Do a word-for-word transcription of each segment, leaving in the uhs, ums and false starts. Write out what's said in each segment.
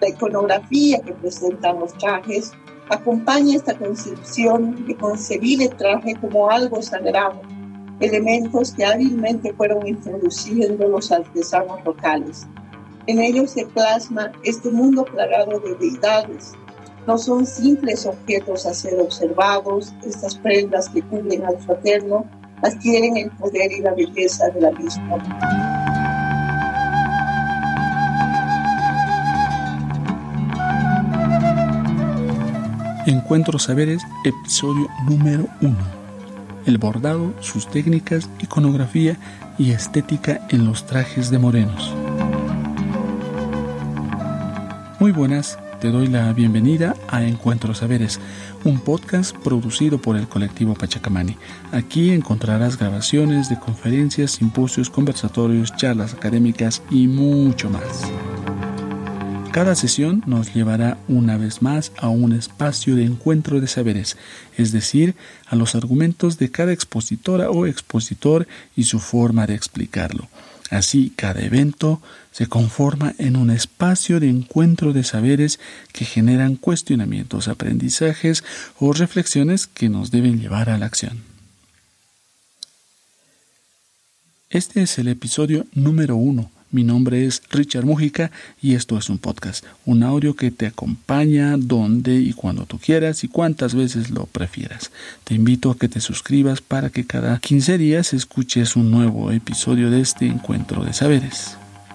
iconografía que presentan los trajes acompaña esta concepción de concebir el traje como algo sagrado, elementos que hábilmente fueron introduciendo los artesanos locales. En ellos se plasma este mundo plagado de deidades. No son simples objetos a ser observados, estas prendas que cubren al fraterno adquieren el poder y la belleza de la misma. Encuentro Saberes, episodio número uno. El bordado, sus técnicas, iconografía y estética en los trajes de morenos. Muy buenas, te doy la bienvenida a Encuentro Saberes, un podcast producido por el colectivo Pachacamani. Aquí encontrarás grabaciones de conferencias, simposios, conversatorios, charlas académicas y mucho más. Cada sesión nos llevará una vez más a un espacio de encuentro de saberes, es decir, a los argumentos de cada expositora o expositor y su forma de explicarlo. Así, cada evento se conforma en un espacio de encuentro de saberes que generan cuestionamientos, aprendizajes o reflexiones que nos deben llevar a la acción. Este es el episodio número uno. Mi nombre es Richard Mújica y esto es un podcast, un audio que te acompaña donde y cuando tú quieras y cuantas veces lo prefieras. Te invito a que te suscribas para que cada quince días escuches un nuevo episodio de este encuentro de saberes.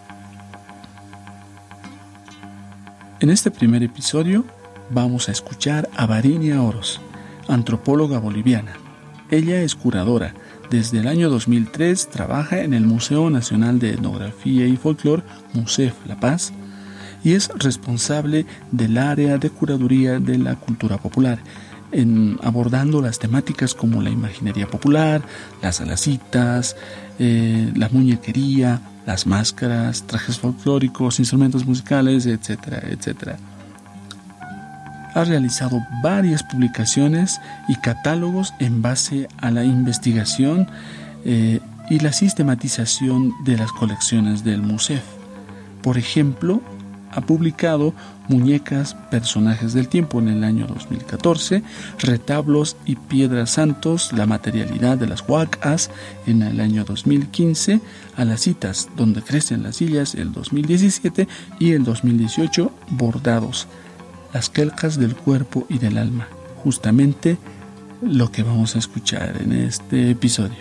En este primer episodio vamos a escuchar a Varinia Oroz, antropóloga boliviana. Ella es curadora. Desde el año dos mil tres trabaja en el Museo Nacional de Etnografía y Folclore, MUSEF La Paz, y es responsable del área de curaduría de la cultura popular, en, abordando las temáticas como la imaginería popular, las alacitas, eh, la muñequería, las máscaras, trajes folclóricos, instrumentos musicales, etcétera, etcétera. Ha realizado varias publicaciones y catálogos en base a la investigación eh, y la sistematización de las colecciones del MUSEF. Por ejemplo, ha publicado Muñecas, Personajes del Tiempo en el año dos mil catorce, Retablos y Piedras Santos, la materialidad de las huacas en el año dos mil quince, Alacitas, donde crecen las sillas el dos mil diecisiete y el dos mil dieciocho, Bordados, las quelcas del cuerpo y del alma, justamente lo que vamos a escuchar en este episodio.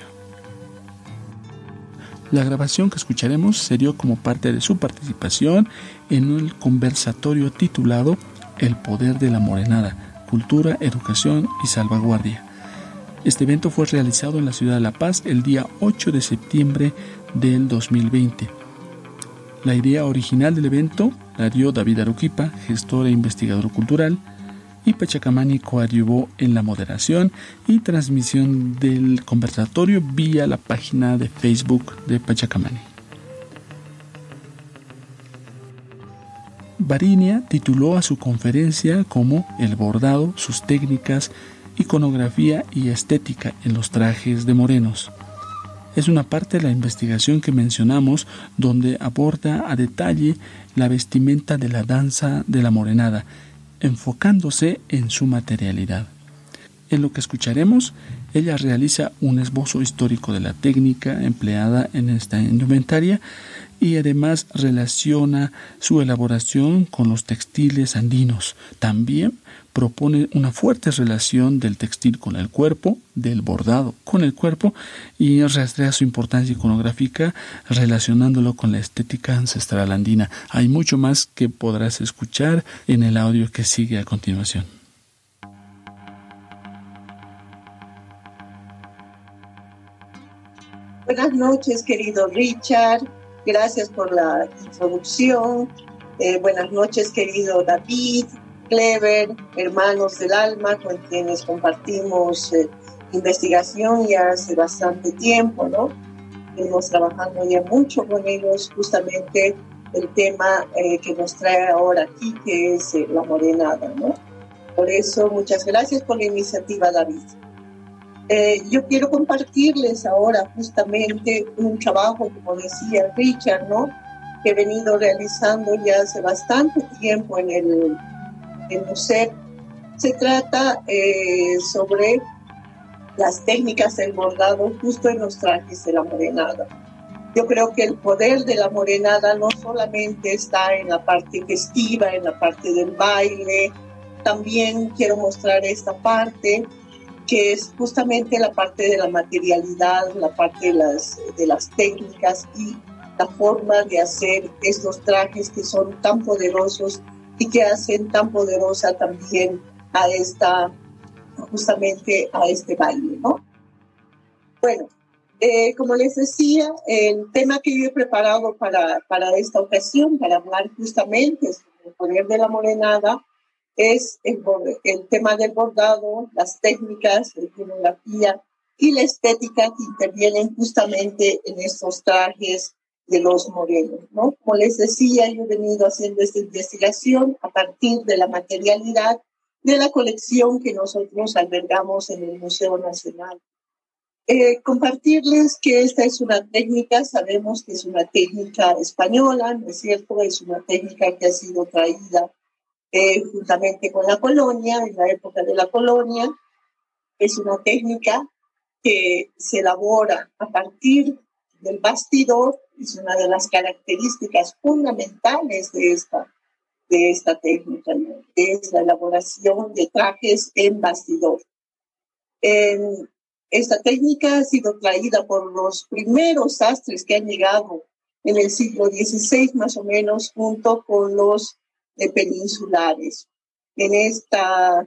La grabación que escucharemos se dio como parte de su participación en el conversatorio titulado El Poder de la Morenada, Cultura, Educación y Salvaguardia. Este evento fue realizado en la ciudad de La Paz el día ocho de septiembre del dos mil veinte. La idea original del evento la dio David Aruquipa, gestor e investigador cultural, y Pachacamani coadyuvó en la moderación y transmisión del conversatorio vía la página de Facebook de Pachacamani. Varinia tituló a su conferencia como El bordado, sus técnicas, iconografía y estética en los trajes de morenos. Es una parte de la investigación que mencionamos donde aborda a detalle la vestimenta de la danza de la morenada, enfocándose en su materialidad. En lo que escucharemos, ella realiza un esbozo histórico de la técnica empleada en esta indumentaria y además relaciona su elaboración con los textiles andinos. También propone una fuerte relación del textil con el cuerpo, del bordado con el cuerpo, y rastrea su importancia iconográfica relacionándolo con la estética ancestral andina. Hay mucho más que podrás escuchar en el audio que sigue a continuación. Buenas noches, querido Richard. Gracias por la introducción. Eh, buenas noches, querido David, Clever, hermanos del alma, con quienes compartimos eh, investigación ya hace bastante tiempo, ¿no? Venimos trabajando ya mucho con ellos, justamente el tema eh, que nos trae ahora aquí, que es eh, la morenada, ¿no? Por eso, muchas gracias por la iniciativa, David. Eh, yo quiero compartirles ahora justamente un trabajo, como decía Richard, ¿no? que he venido realizando ya hace bastante tiempo en el, el museo. Se trata eh, sobre las técnicas del bordado justo en los trajes de la morenada. Yo creo que el poder de la morenada no solamente está en la parte festiva, en la parte del baile, también quiero mostrar esta parte que es justamente la parte de la materialidad, la parte de las, de las técnicas y la forma de hacer estos trajes que son tan poderosos y que hacen tan poderosa también a esta, justamente a este baile, ¿no? Bueno, eh, como les decía, el tema que yo he preparado para, para esta ocasión, para hablar justamente sobre el poder de la morenada, es el, el tema del bordado, las técnicas, la iconografía y la estética que intervienen justamente en estos trajes de los morenos, ¿no? Como les decía, yo he venido haciendo esta investigación a partir de la materialidad de la colección que nosotros albergamos en el Museo Nacional. Eh, compartirles que esta es una técnica, sabemos que es una técnica española, ¿no es cierto? Es una técnica que ha sido traída eh, juntamente con la colonia, en la época de la colonia. Es una técnica que se elabora a partir del bastidor, es una de las características fundamentales de esta, de esta técnica, ¿no? Es la elaboración de trajes en bastidor. Eh, esta técnica ha sido traída por los primeros sastres que han llegado en el siglo dieciséis más o menos, junto con los eh, peninsulares. En esta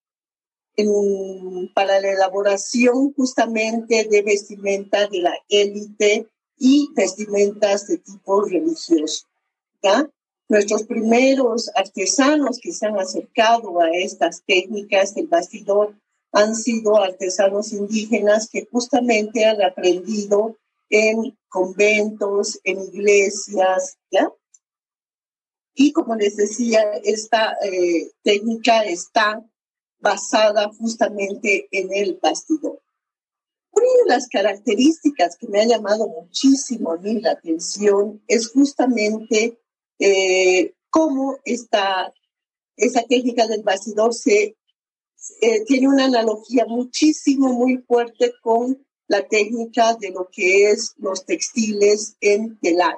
En, para la elaboración justamente de vestimenta de la élite y vestimentas de tipo religioso, ¿ya? Nuestros primeros artesanos que se han acercado a estas técnicas del bastidor han sido artesanos indígenas que justamente han aprendido en conventos, en iglesias, ¿ya? Y como les decía, esta eh, técnica está basada justamente en el bastidor. Una de las características que me ha llamado muchísimo a mí la atención es justamente eh, cómo esta, esta técnica del bastidor se, eh, tiene una analogía muchísimo, muy fuerte con la técnica de lo que es los textiles en telar.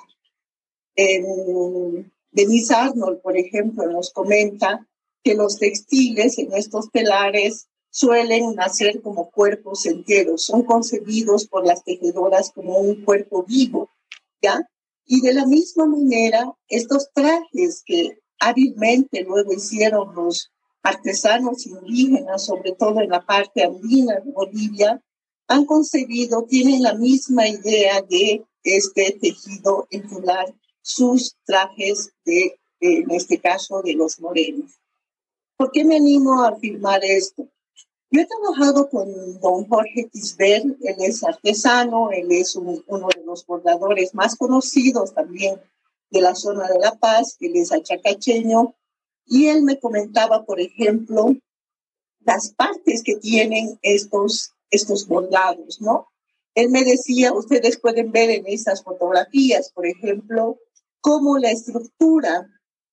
En Denise Arnold, por ejemplo, nos comenta que los textiles en estos telares suelen nacer como cuerpos enteros, son concebidos por las tejedoras como un cuerpo vivo, ¿ya? Y de la misma manera, estos trajes que hábilmente luego hicieron los artesanos indígenas, sobre todo en la parte andina de Bolivia, han concebido, tienen la misma idea de este tejido en telar, sus trajes de, en este caso, de los morenos. ¿Por qué me animo a afirmar esto? Yo he trabajado con don Jorge Tisber, él es artesano, él es un, uno de los bordadores más conocidos también de la zona de La Paz, él es achacacheño, y él me comentaba, por ejemplo, las partes que tienen estos, estos bordados, ¿no? Él me decía, ustedes pueden ver en esas fotografías, por ejemplo, cómo la estructura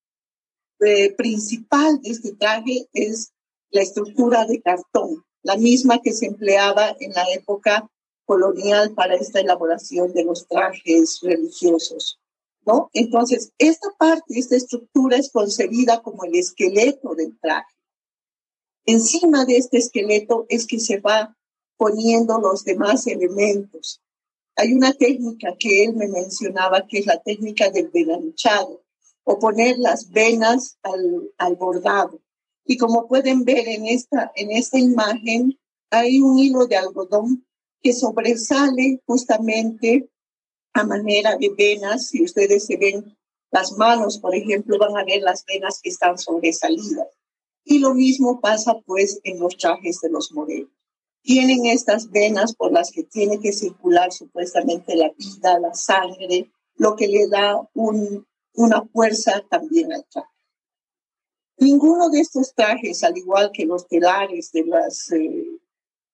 eh, principal de este traje es la estructura de cartón, la misma que se empleaba en la época colonial para esta elaboración de los trajes religiosos, ¿no? Entonces, esta parte, esta estructura es concebida como el esqueleto del traje. Encima de este esqueleto es que se va poniendo los demás elementos. Hay una técnica que él me mencionaba, que es la técnica del venanchado, o poner las venas al, al bordado. Y como pueden ver en esta, en esta imagen, hay un hilo de algodón que sobresale justamente a manera de venas. Si ustedes se ven las manos, por ejemplo, van a ver las venas que están sobresalidas. Y lo mismo pasa pues en los trajes de los morenos. Tienen estas venas por las que tiene que circular supuestamente la vida, la sangre, lo que le da un, una fuerza también al traje. Ninguno de estos trajes, al igual que los telares de las, eh,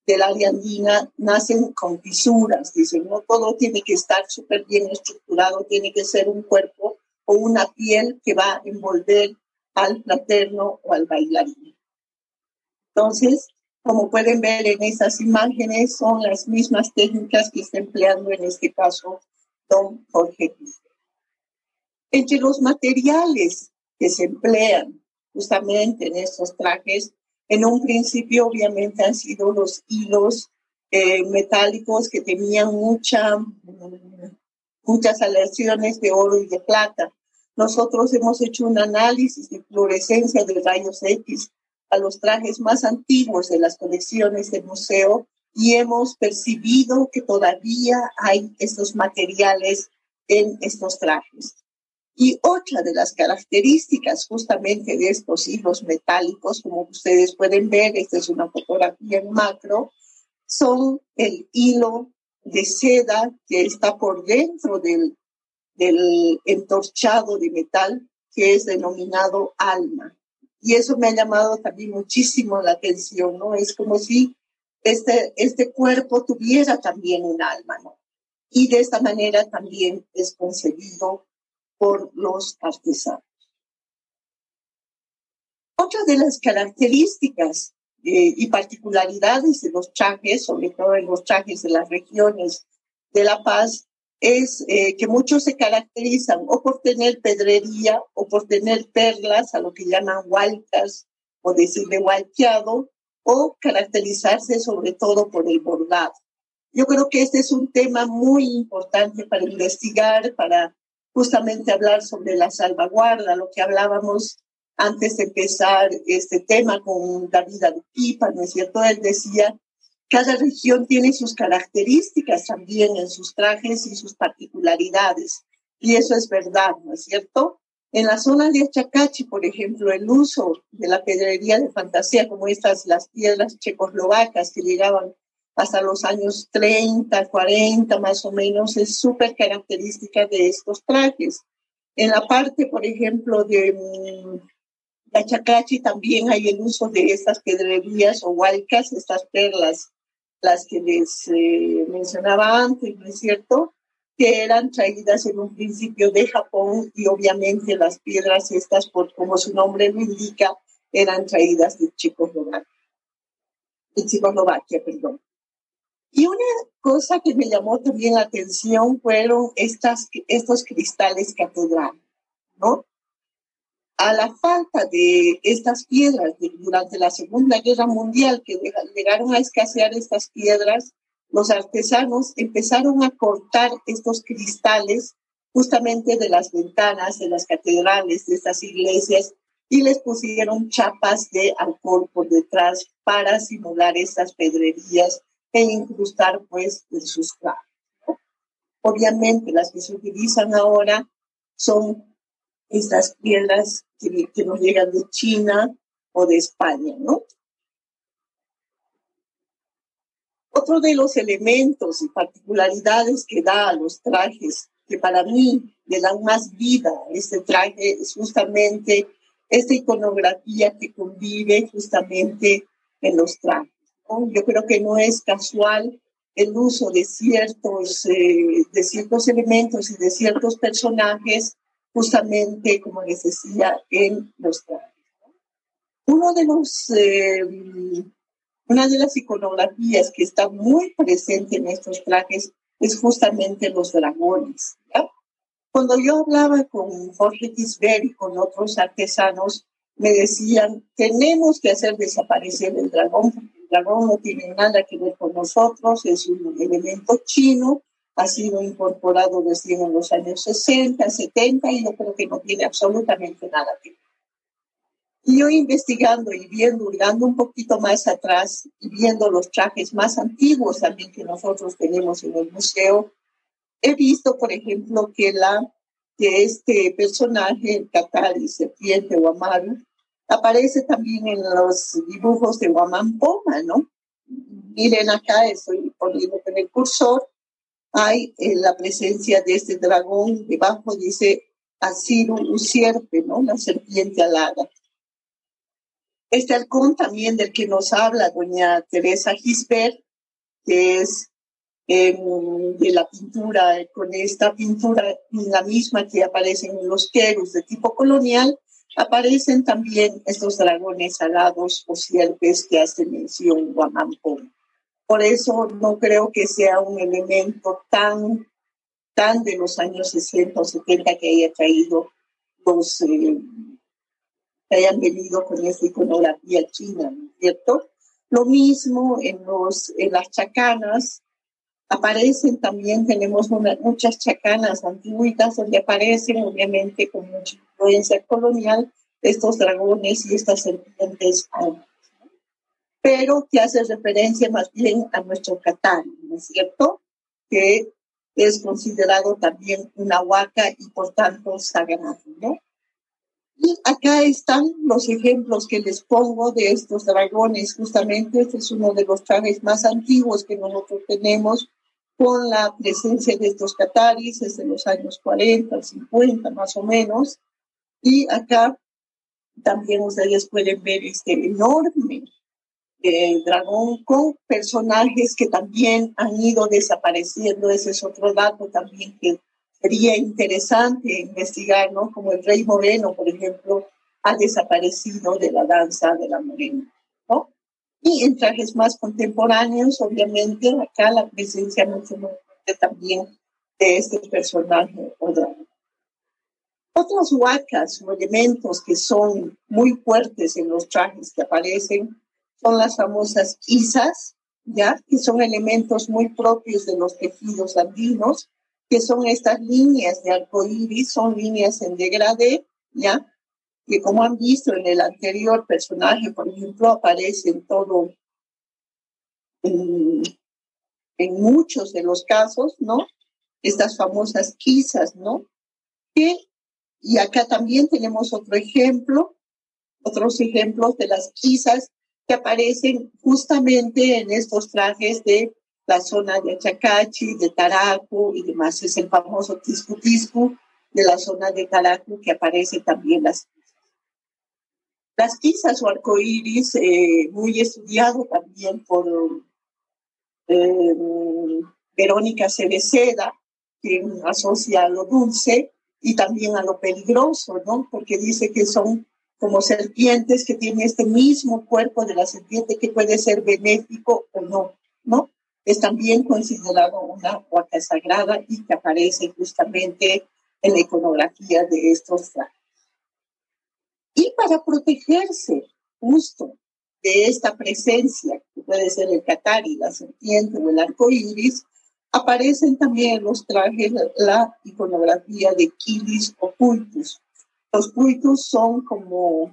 del área andina nacen con fisuras, dicen, no todo tiene que estar súper bien estructurado, tiene que ser un cuerpo o una piel que va a envolver al fraterno o al bailarín. Entonces, como pueden ver en esas imágenes, son las mismas técnicas que está empleando en este caso don Jorge Quispe. Entre los materiales que se emplean justamente en estos trajes, en un principio obviamente han sido los hilos eh, metálicos que tenían mucha, muchas aleaciones de oro y de plata. Nosotros hemos hecho un análisis de fluorescencia de rayos X a los trajes más antiguos de las colecciones del museo y hemos percibido que todavía hay estos materiales en estos trajes. Y otra de las características justamente de estos hilos metálicos, como ustedes pueden ver, esta es una fotografía en macro, son el hilo de seda que está por dentro del, del entorchado de metal, que es denominado alma. Y eso me ha llamado también muchísimo la atención, ¿no? Es como si este, este cuerpo tuviera también un alma, ¿no? Y de esta manera también es concebido por los artesanos. Otra de las características eh, y particularidades de los trajes, sobre todo en los trajes de las regiones de La Paz, es eh, que muchos se caracterizan o por tener pedrería o por tener perlas, a lo que llaman hualcas, o decirle hualqueado, o caracterizarse sobre todo por el bordado. Yo creo que este es un tema muy importante para investigar, para justamente hablar sobre la salvaguarda, lo que hablábamos antes de empezar este tema con David Arequipa, ¿no es cierto? Él decía, cada región tiene sus características también en sus trajes y sus particularidades, y eso es verdad, ¿no es cierto? En la zona de Achacachi, por ejemplo, el uso de la pedrería de fantasía, como estas, las piedras checoslovacas que llegaban hasta los años treinta, cuarenta más o menos, es súper característica de estos trajes. En la parte, por ejemplo, de, de Achacachi también hay el uso de estas pedrerías o hualcas, estas perlas, las que les eh, mencionaba antes, ¿no es cierto?, que eran traídas en un principio de Japón y obviamente las piedras estas, por, como su nombre lo indica, eran traídas de Checoslovaquia, de Checoslovaquia, perdón. Y una cosa que me llamó también la atención fueron estas, estos cristales catedrales, ¿no? A la falta de estas piedras de, durante la Segunda Guerra Mundial, que llegaron a escasear estas piedras, los artesanos empezaron a cortar estos cristales justamente de las ventanas de las catedrales, de estas iglesias, y les pusieron chapas de alcohol por detrás para simular estas pedrerías e incrustar pues en sus trajes, ¿no? Obviamente las que se utilizan ahora son estas piedras que, que nos llegan de China o de España, ¿no? Otro de los elementos y particularidades que da a los trajes, que para mí le dan más vida a este traje, es justamente esta iconografía que convive justamente en los trajes, ¿no? Yo creo que no es casual el uso de ciertos, eh, de ciertos elementos y de ciertos personajes, justamente, como les decía, en los trajes, ¿no? Uno de los... Eh, Una de las iconografías que está muy presente en estos trajes es justamente los dragones, ¿ya? Cuando yo hablaba con Jorge Quispe y con otros artesanos, me decían, tenemos que hacer desaparecer el dragón, porque el dragón no tiene nada que ver con nosotros, es un elemento chino, ha sido incorporado recién en los años sesenta, setenta, y yo creo que no tiene absolutamente nada que ver. Y yo investigando y viendo, mirando un poquito más atrás y viendo los trajes más antiguos también que nosotros tenemos en el museo, he visto, por ejemplo, que, la, que este personaje, el Katari, serpiente o Amaru, aparece también en los dibujos de Guamán Poma, ¿no? Miren acá, estoy poniendo con el cursor, hay eh, la presencia de este dragón, debajo dice Asiru Usierpe, ¿no? La serpiente alada. Este halcón también del que nos habla doña Teresa Gisbert, que es eh, de la pintura, con esta pintura, la misma que aparece en los querus de tipo colonial, aparecen también estos dragones alados o sierpes que hace mención Guamampón. Por eso no creo que sea un elemento tan, tan de los años sesenta o setenta que haya traído los... Eh, que hayan venido con esta iconografía china, ¿no es cierto? Lo mismo en, los, en las chacanas, aparecen también, tenemos una, muchas chacanas antiguitas donde aparecen obviamente con mucha influencia colonial estos dragones y estas serpientes altas, ¿no? Pero que hace referencia más bien a nuestro Catán, ¿no es cierto? Que es considerado también una huaca y por tanto sagrado, ¿no? Y acá están los ejemplos que les pongo de estos dragones. Justamente este es uno de los trajes más antiguos que nosotros tenemos con la presencia de estos cataris desde los años cuarenta, cincuenta más o menos. Y acá también ustedes pueden ver este enorme eh, dragón con personajes que también han ido desapareciendo. Ese es otro dato también que sería interesante investigar, ¿no? Como el rey Moreno, por ejemplo, ha desaparecido de la danza de la morena, ¿no? Y en trajes más contemporáneos, obviamente, acá la presencia mucho más fuerte también de este personaje o dragón. Otras huacas o elementos que son muy fuertes en los trajes que aparecen son las famosas quizas, ¿ya? Que son elementos muy propios de los tejidos andinos, que son estas líneas de arcoíris, son líneas en degradé, ¿ya? Que como han visto en el anterior personaje, por ejemplo, aparecen todo, en, en muchos de los casos, ¿no? Estas famosas quizas, ¿no? Que, y acá también tenemos otro ejemplo, otros ejemplos de las quizas que aparecen justamente en estos trajes de la zona de Achacachi, de Taracu y demás. Es el famoso Tiscu Tiscu de la zona de Taracu que aparece también las quizas. Las quizas o arcoíris, eh, muy estudiado también por eh, Verónica Cereceda, que asocia a lo dulce y también a lo peligroso, ¿no? Porque dice que son como serpientes que tienen este mismo cuerpo de la serpiente que puede ser benéfico o no, ¿no? Es también considerado una huaca sagrada y que aparece justamente en la iconografía de estos trajes. Y para protegerse justo de esta presencia, que puede ser el catari, la serpiente o el arco iris, aparecen también en los trajes la iconografía de quilis o puitus. Los puitus son como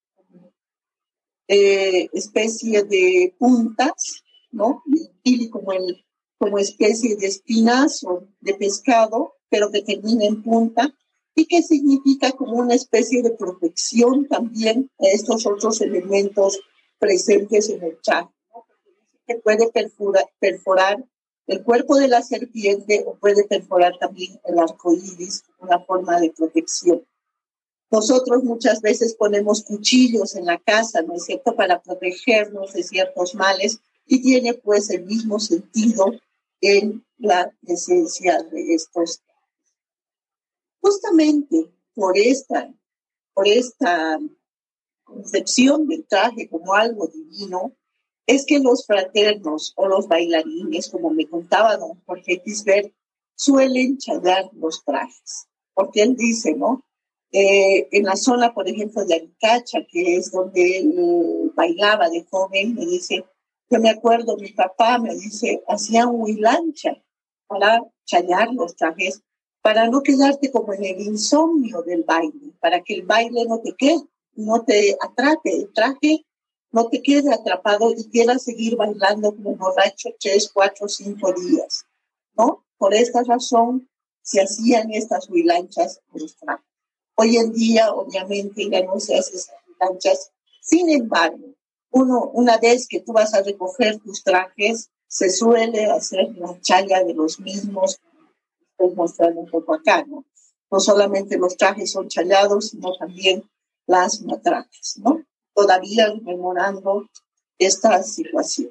eh, especie de puntas, ¿no? El quili como, el, como especie de espinazo de pescado, pero que termina en punta, y que significa como una especie de protección también a estos otros elementos presentes en el traje, ¿no? Que puede perforar, perforar el cuerpo de la serpiente o puede perforar también el arco iris, una forma de protección. Nosotros muchas veces ponemos cuchillos en la casa, ¿no es cierto?, para protegernos de ciertos males, y tiene pues el mismo sentido en la presencia de estos. Justamente por esta, por esta concepción del traje como algo divino, es que los fraternos o los bailarines, como me contaba don Jorge Gisbert, suelen chayar los trajes. Porque él dice, ¿no? Eh, en la zona, por ejemplo, de Aricacha, que es donde él eh, bailaba de joven, me dice, yo me acuerdo, mi papá me dice, hacían huilancha para chayar los trajes, para no quedarte como en el insomnio del baile, para que el baile no te quede, no te atrape, el traje no te quede atrapado y quieras seguir bailando como borracho tres, cuatro, cinco días, ¿no? Por esta razón se hacían estas huilanchas en los trajes. Hoy en día, obviamente, ya no se hacen esas huilanchas. Sin embargo, uno, una vez que tú vas a recoger tus trajes, se suele hacer la chaya de los mismos. Estoy mostrando un poco acá, ¿no? No solamente los trajes son chayados, sino también las matracas, ¿no? todavía rememorando esta situación.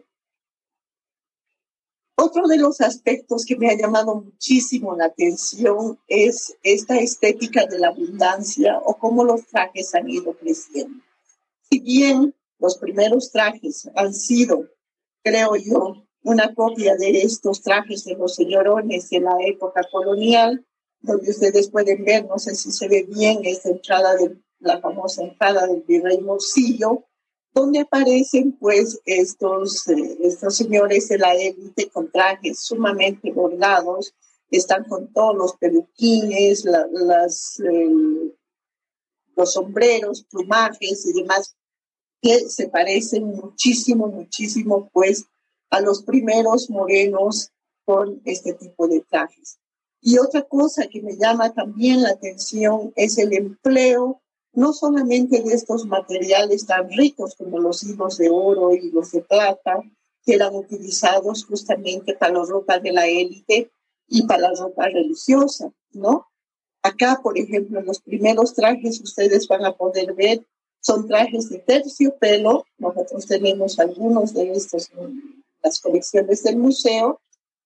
Otro de los aspectos que me ha llamado muchísimo la atención es esta estética de la abundancia o cómo los trajes han ido creciendo. Si bien los primeros trajes han sido, creo yo, una copia de estos trajes de los señorones de la época colonial, donde ustedes pueden ver, no sé si se ve bien, esta entrada de la famosa entrada del virrey Morcillo, donde aparecen pues estos, eh, estos señores de la élite con trajes sumamente bordados, están con todos los peluquines, la, las, eh, los sombreros, plumajes y demás, que se parecen muchísimo, muchísimo pues a los primeros morenos con este tipo de trajes. Y otra cosa que me llama también la atención es el empleo no solamente de estos materiales tan ricos como los hilos de oro y los de plata, que eran utilizados justamente para la ropa de la élite y para la ropa religiosa, ¿no? Acá, por ejemplo, en los primeros trajes ustedes van a poder ver, son trajes de terciopelo. Nosotros tenemos algunos de estos en las colecciones del museo,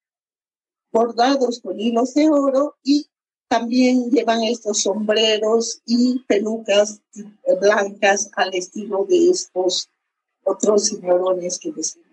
bordados con hilos de oro, y también llevan estos sombreros y pelucas blancas al estilo de estos otros señorones que decimos.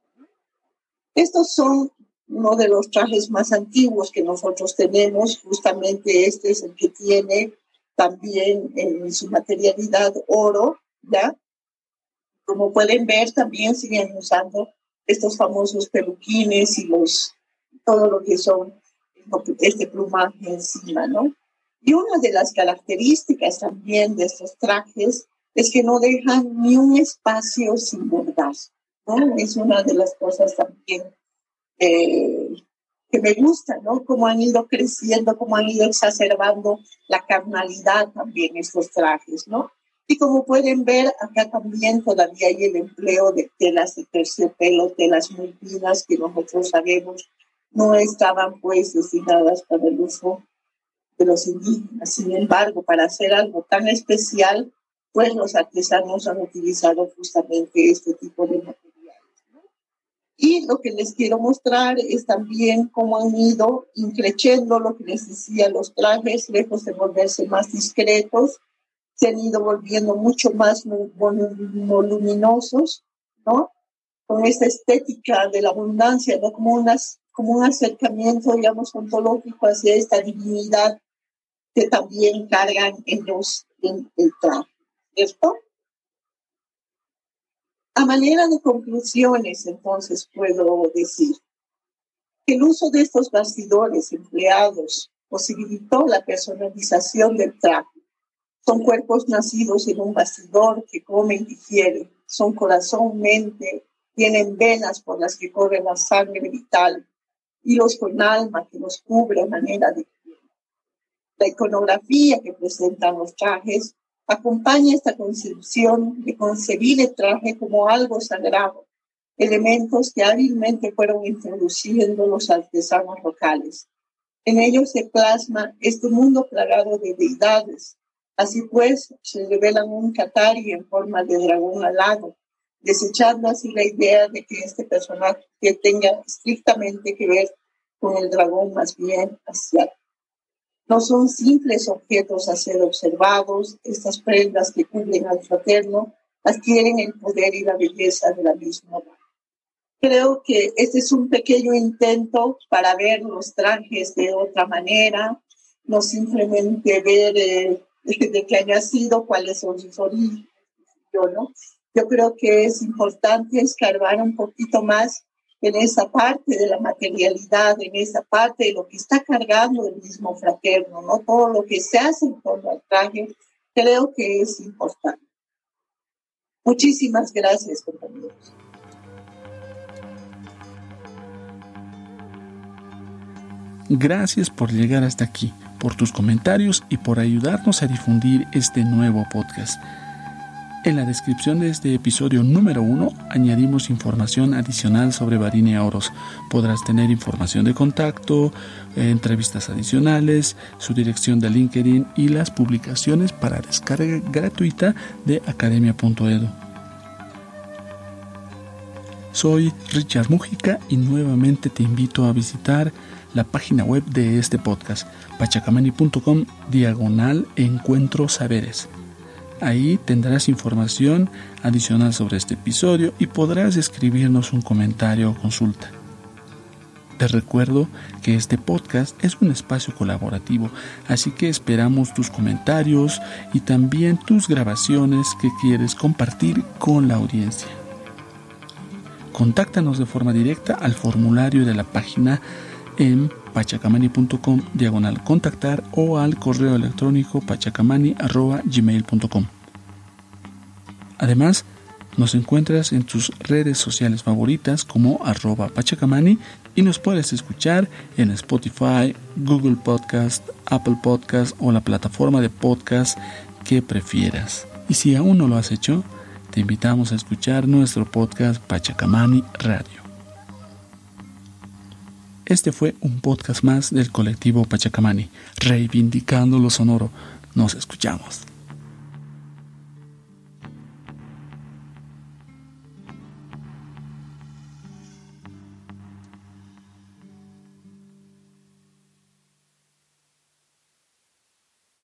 Estos son uno de los trajes más antiguos que nosotros tenemos. Justamente este es el que tiene también en su materialidad oro, ¿ya? Como pueden ver, también siguen usando estos famosos peluquines y los, todo lo que son este plumaje encima, ¿no? Y una de las características también de estos trajes es que no dejan ni un espacio sin bordar, ¿no? Es una de las cosas también eh, que me gusta, ¿no? Cómo han ido creciendo, cómo han ido exacerbando la carnalidad también estos trajes, ¿no? Y como pueden ver, acá también todavía hay el empleo de telas de terciopelo, telas muy finas que nosotros sabemos no estaban pues destinadas para el uso de los indígenas. Sin embargo, para hacer algo tan especial, pues los artesanos han utilizado justamente este tipo de materiales, ¿no? Y lo que les quiero mostrar es también cómo han ido increciendo lo que les decía, los trajes, lejos de volverse más discretos, se han ido volviendo mucho más voluminosos, ¿no? Con esta estética de la abundancia, ¿no? Como, unas, como un acercamiento, digamos, ontológico hacia esta divinidad que también cargan ellos en el traje, ¿cierto? A manera de conclusiones, entonces, puedo decir que el uso de estos bastidores empleados posibilitó la personalización del traje. Son cuerpos nacidos en un bastidor que comen y digieren. Son corazón, mente, tienen venas por las que corre la sangre vital, hilos con alma que los cubre a manera de piel. La iconografía que presentan los trajes acompaña esta concepción de concebir el traje como algo sagrado, elementos que hábilmente fueron introduciendo los artesanos locales. En ellos se plasma este mundo plagado de deidades. Así pues, se revelan un Qatari en forma de dragón alado, desechando así la idea de que este personaje tenga estrictamente que ver con el dragón más bien asiático. No son simples objetos a ser observados, estas prendas que cubren al fraterno adquieren el poder y la belleza de la misma obra. Creo que este es un pequeño intento para ver los trajes de otra manera, no simplemente ver eh, de qué haya sido, cuáles son sus orígenes, ¿no? Yo creo que es importante escarbar un poquito más en esa parte de la materialidad, en esa parte de lo que está cargando el mismo fraterno, ¿no? Todo lo que se hace en torno al traje, creo que es importante. Muchísimas gracias, compañeros. Gracias por llegar hasta aquí, por tus comentarios y por ayudarnos a difundir este nuevo podcast. En la descripción de este episodio número uno añadimos información adicional sobre Varinia Oros. Podrás tener información de contacto, eh, entrevistas adicionales, su dirección de LinkedIn y las publicaciones para descarga gratuita de academia punto edu. Soy Richard Mújica y nuevamente te invito a visitar la página web de este podcast, pachacamani punto com diagonal encuentro saberes. Ahí tendrás información adicional sobre este episodio y podrás escribirnos un comentario o consulta. Te recuerdo que este podcast es un espacio colaborativo, así que esperamos tus comentarios y también tus grabaciones que quieres compartir con la audiencia. Contáctanos de forma directa al formulario de la página en pachacamani punto com diagonal contactar o al correo electrónico pachacamani arroba gmail punto com. Además, nos encuentras en tus redes sociales favoritas como arroba pachacamani y nos puedes escuchar en Spotify, Google Podcast, Apple Podcast o la plataforma de podcast que prefieras. Y si aún no lo has hecho, te invitamos a escuchar nuestro podcast Pachacamani Radio. Este fue un podcast más del colectivo Pachacamani, reivindicando lo sonoro. Nos escuchamos.